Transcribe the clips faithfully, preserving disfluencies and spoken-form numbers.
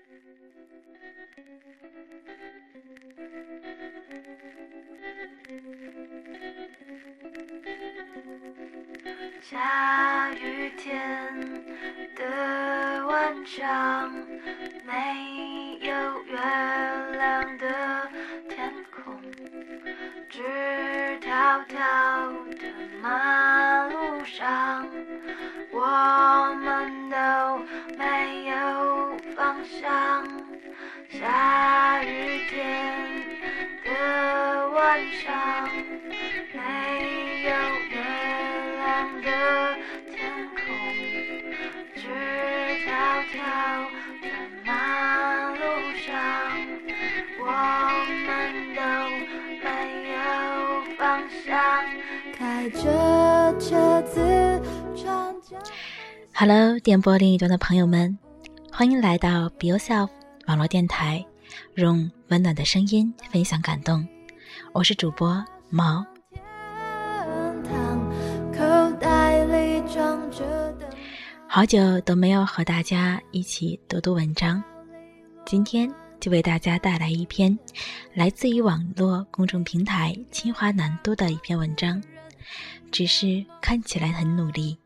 下雨天的晚上，没有月亮的天空，直条条的马路上，我们都没有方向。下雨天的晚上，没有月亮的天空，直条条的马路上，我们都没有方向，开着车子穿着。 Hello， 电波另一端的朋友们，欢迎来到 Be Yourself 网络电台，用温暖的声音分享感动。我是主播毛。好久都没有和大家一起读读文章，今天就为大家带来一篇来自于网络公众平台清华南都的一篇文章，只是看起来很努力。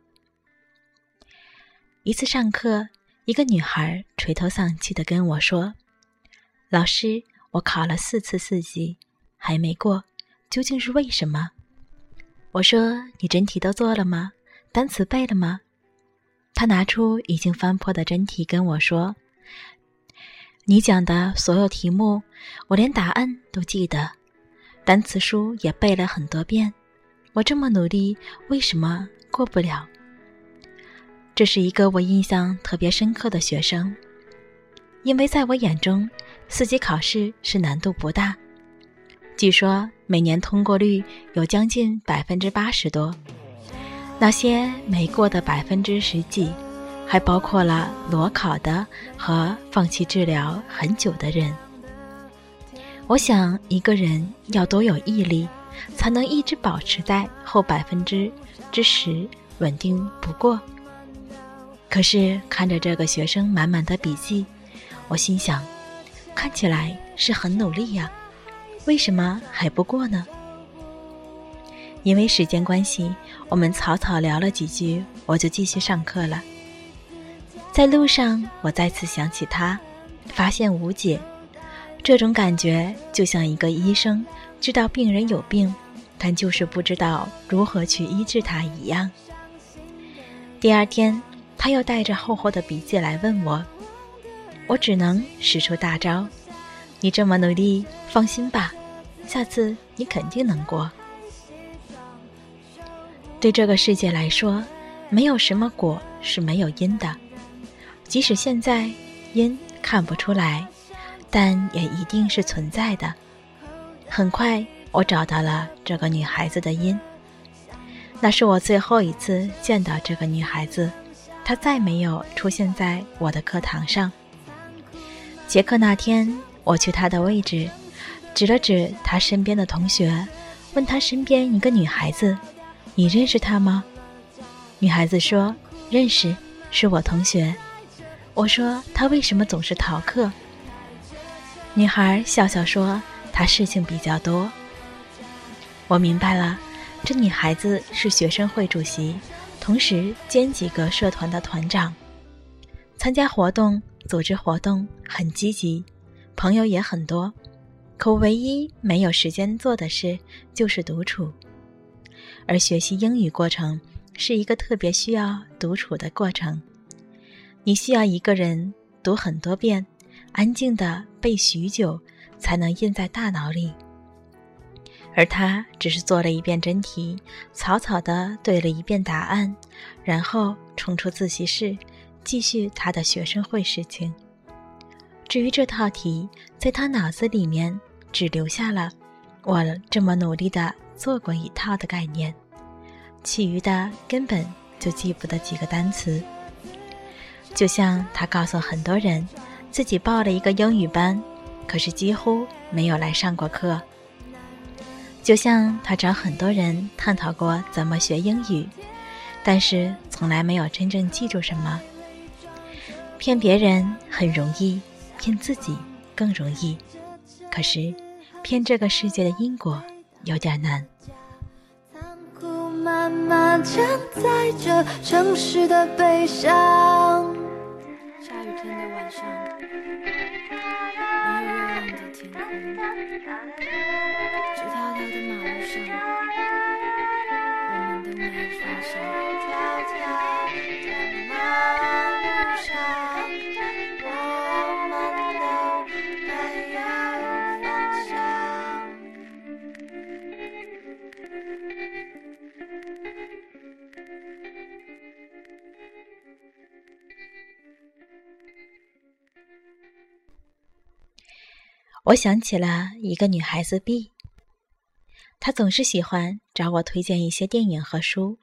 一次上课，一个女孩垂头丧气地跟我说，老师，我考了四次四级还没过，究竟是为什么？我说，你真题都做了吗？单词背了吗？她拿出已经翻破的真题跟我说，你讲的所有题目我连答案都记得，单词书也背了很多遍，我这么努力为什么过不了？这是一个我印象特别深刻的学生，因为在我眼中四级考试是难度不大，据说每年通过率有将近百分之八十多，那些没过的百分之十几，还包括了裸考的和放弃治疗很久的人。我想一个人要多有毅力，才能一直保持在后百分之之十稳定不过。可是看着这个学生满满的笔记，我心想，看起来是很努力呀，为什么还不过呢？因为时间关系，我们草草聊了几句，我就继续上课了。在路上，我再次想起他，发现无解。这种感觉就像一个医生知道病人有病，但就是不知道如何去医治他一样。第二天，他又带着厚厚的笔记来问我，我只能使出大招，你这么努力，放心吧，下次你肯定能过。对这个世界来说，没有什么果是没有因的，即使现在因看不出来，但也一定是存在的。很快我找到了这个女孩子的因，那是我最后一次见到这个女孩子，她再没有出现在我的课堂上。结课那天，我去她的位置，指了指她身边的同学，问她身边一个女孩子，你认识她吗？女孩子说，认识，是我同学。我说，她为什么总是逃课？女孩笑笑说，她事情比较多。我明白了，这女孩子是学生会主席，同时兼几个社团的团长，参加活动组织活动很积极，朋友也很多，可唯一没有时间做的事就是独处。而学习英语过程是一个特别需要独处的过程，你需要一个人读很多遍，安静地背许久，才能印在大脑里。而他只是做了一遍真题，草草地对了一遍答案，然后冲出自习室，继续他的学生会事情。至于这套题，在他脑子里面只留下了我这么努力地做过一套的概念，其余的根本就记不得几个单词。就像他告诉很多人自己报了一个英语班，可是几乎没有来上过课。就像他找很多人探讨过怎么学英语，但是从来没有真正记住什么。骗别人很容易， 骗自己更容易，可是骗这个世界的因果有点难。 残酷慢慢承载着城市的悲伤。下雨天的晚上，没有月亮的天空，直条条的马路上，我们都没有方向。条条的马路上，我们都没有方向。 我想起了一个女孩子 B， 她总是喜欢找我推荐一些电影和书。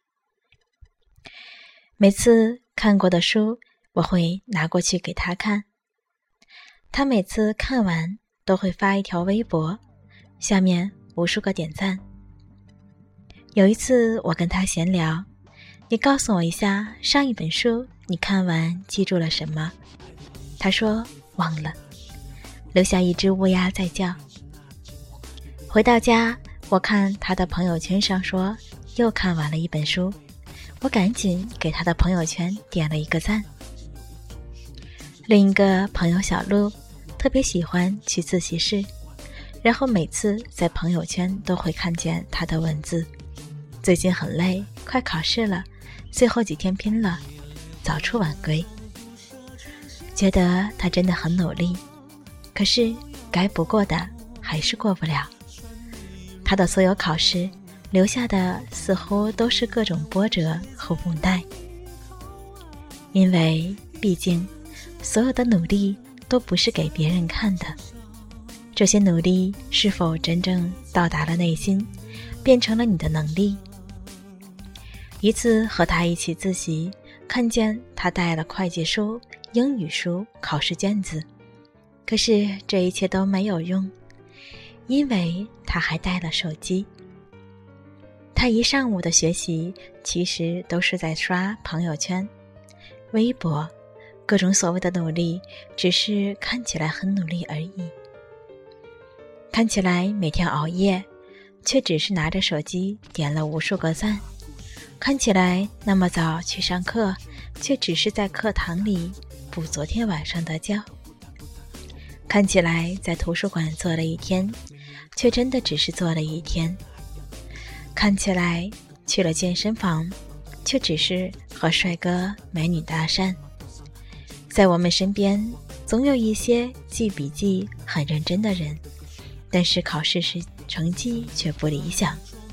每次看过的书，我会拿过去给她看。她每次看完都会发一条微博，下面无数个点赞。有一次我跟她闲聊，你告诉我一下上一本书你看完记住了什么？她说忘了，留下一只乌鸦在叫。回到家，我看他的朋友圈上说又看完了一本书，我赶紧给他的朋友圈点了一个赞。另一个朋友小鹿特别喜欢去自习室，然后每次在朋友圈都会看见他的文字，最近很累，快考试了，最后几天拼了，早出晚归。觉得他真的很努力，可是该不过的还是过不了。他的所有考试留下的似乎都是各种波折和无奈，因为毕竟所有的努力都不是给别人看的，这些努力是否真正到达了内心，变成了你的能力。一次和他一起自习，看见他带了会计书、英语书、考试卷子，可是这一切都没有用，因为他还带了手机。他一上午的学习其实都是在刷朋友圈、微博，各种所谓的努力只是看起来很努力而已。看起来每天熬夜，却只是拿着手机点了无数个赞。看起来那么早去上课，却只是在课堂里补昨天晚上的觉。看起来在图书馆坐了一天，却真的只是坐了一天。看起来去了健身房，却只是和帅哥美女搭讪。在我们身边总有一些记笔记很认真的人，但是考试时成绩却不理想。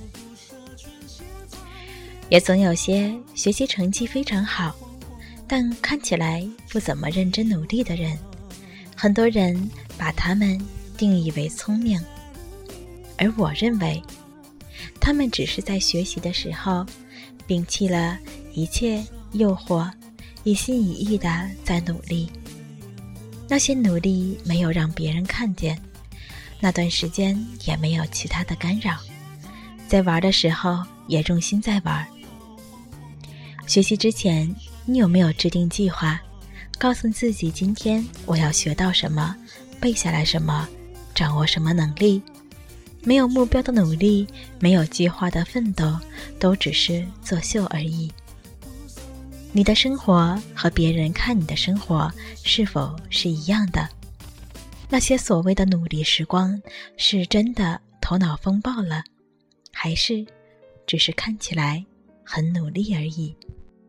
也总有些学习成绩非常好，但看起来不怎么认真努力的人，很多人把他们定义为聪明，而我认为他们只是在学习的时候摒弃了一切诱惑，一心一意地在努力。那些努力没有让别人看见，那段时间也没有其他的干扰，在玩的时候也重心在玩。学习之前，你有没有制定计划，告诉自己今天我要学到什么，背下来什么，掌握什么能力？没有目标的努力，没有计划的奋斗，都只是作秀而已。你的生活和别人看你的生活是否是一样的？那些所谓的努力时光，是真的头脑风暴了，还是只是看起来很努力而已？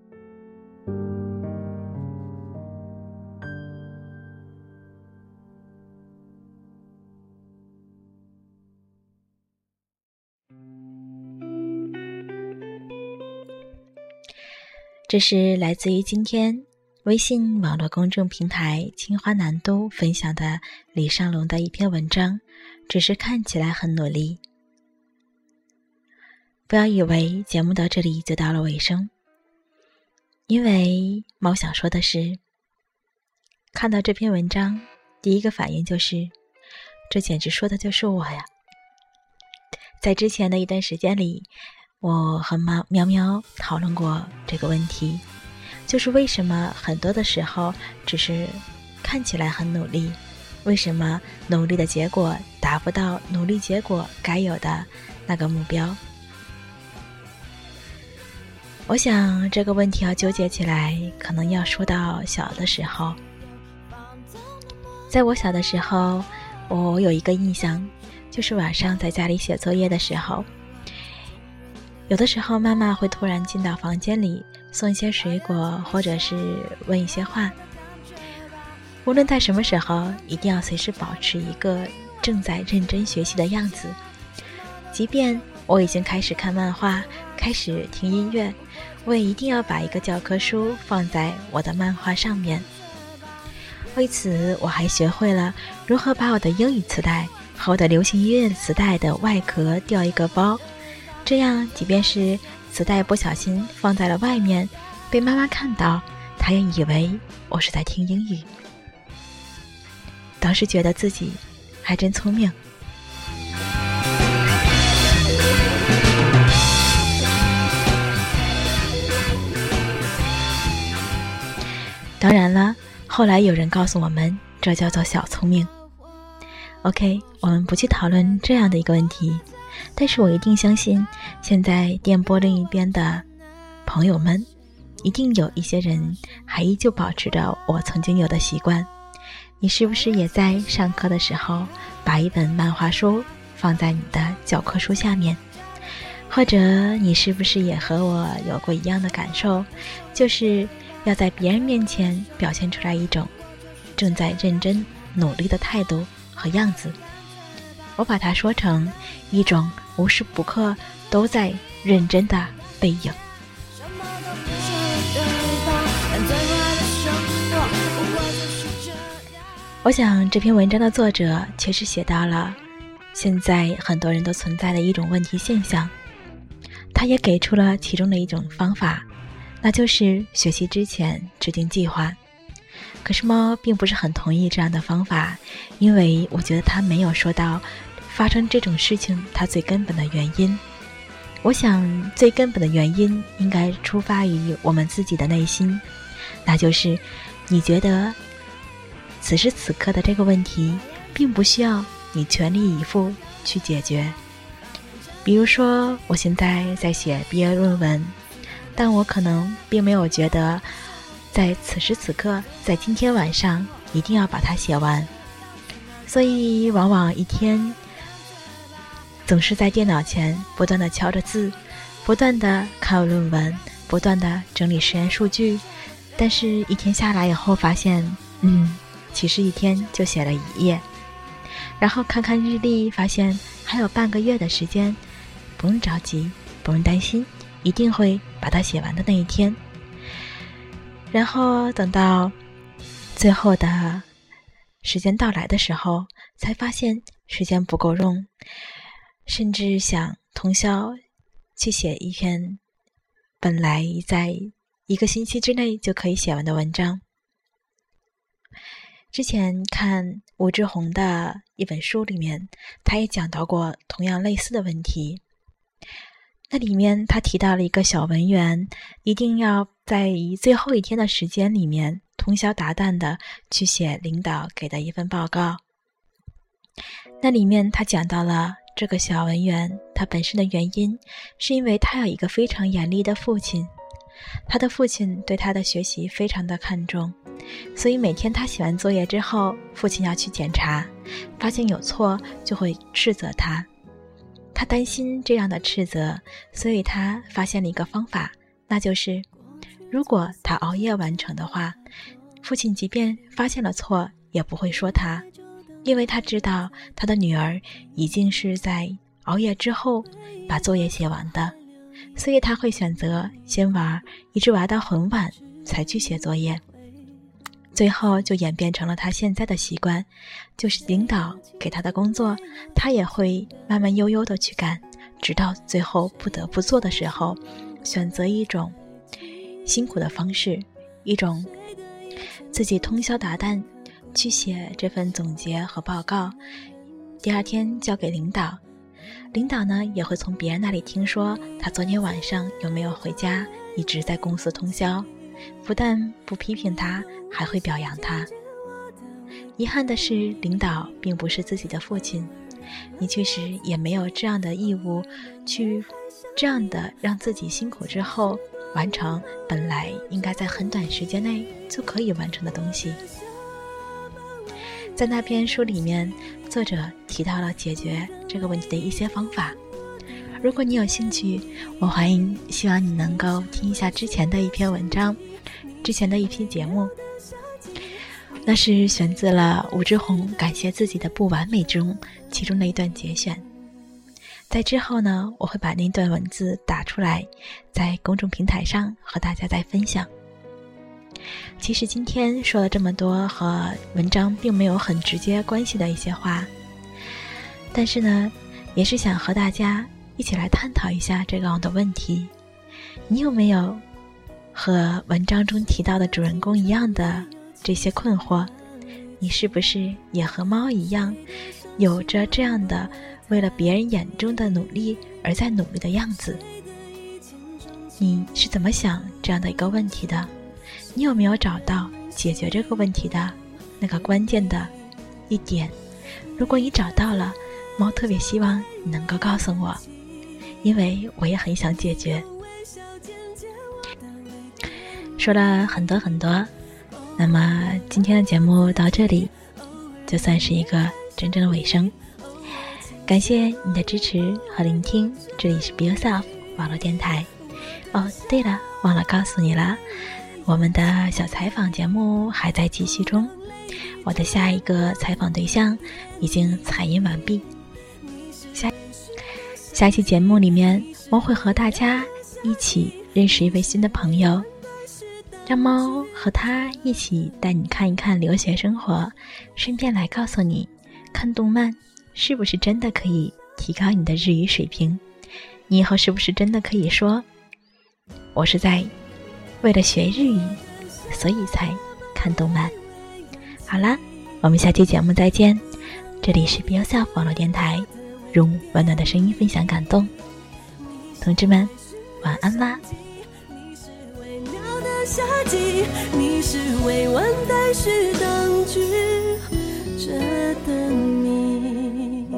这是来自于今天微信网络公众平台清华南都分享的李尚龙的一篇文章，只是看起来很努力。不要以为节目到这里就到了尾声，因为猫想说的是，看到这篇文章，第一个反应就是，这简直说的就是我呀。在之前的一段时间里，我和猫喵喵讨论过这个问题，就是为什么很多的时候只是看起来很努力，为什么努力的结果达不到努力结果该有的那个目标？我想这个问题要纠结起来，可能要说到小的时候。在我小的时候，我有一个印象，就是晚上在家里写作业的时候，有的时候妈妈会突然进到房间里，送一些水果，或者是问一些话。无论在什么时候，一定要随时保持一个正在认真学习的样子。即便我已经开始看漫画，开始听音乐，我也一定要把一个教科书放在我的漫画上面。为此，我还学会了如何把我的英语磁带和我的流行音乐磁带的外壳吊一个包，这样即便是磁带不小心放在了外面，被妈妈看到，她也以为我是在听英语。当时觉得自己还真聪明。当然了，后来有人告诉我们，这叫做小聪明。 OK， 我们不去讨论这样的一个问题，但是我一定相信，现在电波另一边的朋友们，一定有一些人还依旧保持着我曾经有的习惯。你是不是也在上课的时候把一本漫画书放在你的教科书下面？或者你是不是也和我有过一样的感受，就是要在别人面前表现出来一种正在认真努力的态度和样子？我把它说成一种无时不刻都在认真的背影。我想这篇文章的作者确实写到了现在很多人都存在的一种问题现象，他也给出了其中的一种方法，那就是学习之前制定计划。可是猫并不是很同意这样的方法，因为我觉得他没有说到发生这种事情它最根本的原因。我想最根本的原因应该出发于我们自己的内心，那就是你觉得此时此刻的这个问题并不需要你全力以赴去解决。比如说我现在在写毕业论文，但我可能并没有觉得在此时此刻，在今天晚上一定要把它写完，所以往往一天总是在电脑前不断地敲着字，不断地看论文，不断地整理实验数据，但是一天下来以后发现，嗯，其实一天就写了一页，然后看看日历，发现还有半个月的时间，不用着急，不用担心，一定会把它写完的那一天。然后等到最后的时间到来的时候，才发现时间不够用，甚至想通宵去写一篇本来在一个星期之内就可以写完的文章。之前看吴志红的一本书里面，他也讲到过同样类似的问题。那里面他提到了一个小文员，一定要在最后一天的时间里面通宵达旦的去写领导给的一份报告。那里面他讲到了这个小文员他本身的原因，是因为他有一个非常严厉的父亲，他的父亲对他的学习非常的看重，所以每天他写完作业之后，父亲要去检查，发现有错就会斥责他。他担心这样的斥责，所以他发现了一个方法，那就是如果他熬夜完成的话，父亲即便发现了错也不会说他，因为他知道他的女儿已经是在熬夜之后把作业写完的，所以他会选择先玩，一直玩到很晚才去写作业。最后就演变成了他现在的习惯，就是领导给他的工作，他也会慢慢悠悠地去干，直到最后不得不做的时候，选择一种辛苦的方式，一种自己通宵达旦去写这份总结和报告，第二天交给领导。领导呢也会从别人那里听说他昨天晚上有没有回家，一直在公司通宵，不但不批评他，还会表扬他。 遗憾的是，领导并不是自己的父亲，你确实也没有这样的义务去这样的让自己辛苦之后完成本来应该在很短时间内就可以完成的东西。在那篇书里面，作者提到了解决这个问题的一些方法。如果你有兴趣，我欢迎希望你能够听一下之前的一篇文章，之前的一期节目，那是选自了吴志红感谢自己的不完美中其中的一段节选。在之后呢，我会把那段文字打出来，在公众平台上和大家再分享。其实今天说了这么多和文章并没有很直接关系的一些话，但是呢，也是想和大家一起来探讨一下这样的问题。你有没有和文章中提到的主人公一样的这些困惑？你是不是也和猫一样，有着这样的为了别人眼中的努力而在努力的样子？你是怎么想这样的一个问题的？你有没有找到解决这个问题的那个关键的一点？如果你找到了，猫特别希望你能够告诉我，因为我也很想解决。说了很多很多，那么今天的节目到这里就算是一个真正的尾声。感谢你的支持和聆听，这里是 Be Yourself 网络电台。哦，对了，忘了告诉你了，我们的小采访节目还在继续中，我的下一个采访对象已经采音完毕。下下期节目里面，我会和大家一起认识一位新的朋友，让猫和他一起带你看一看留学生活，顺便来告诉你，看动漫是不是真的可以提高你的日语水平？你以后是不是真的可以说，我是在为了学日语，所以才看动漫。好啦，我们下期节目再见。这里是 Be Yourself 网络电台，用温暖的声音分享感动。同志们，晚安啦！ 你是微妙的夏季，你是未完待续当局者的你。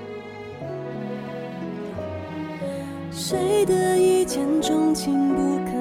谁的一见钟情不可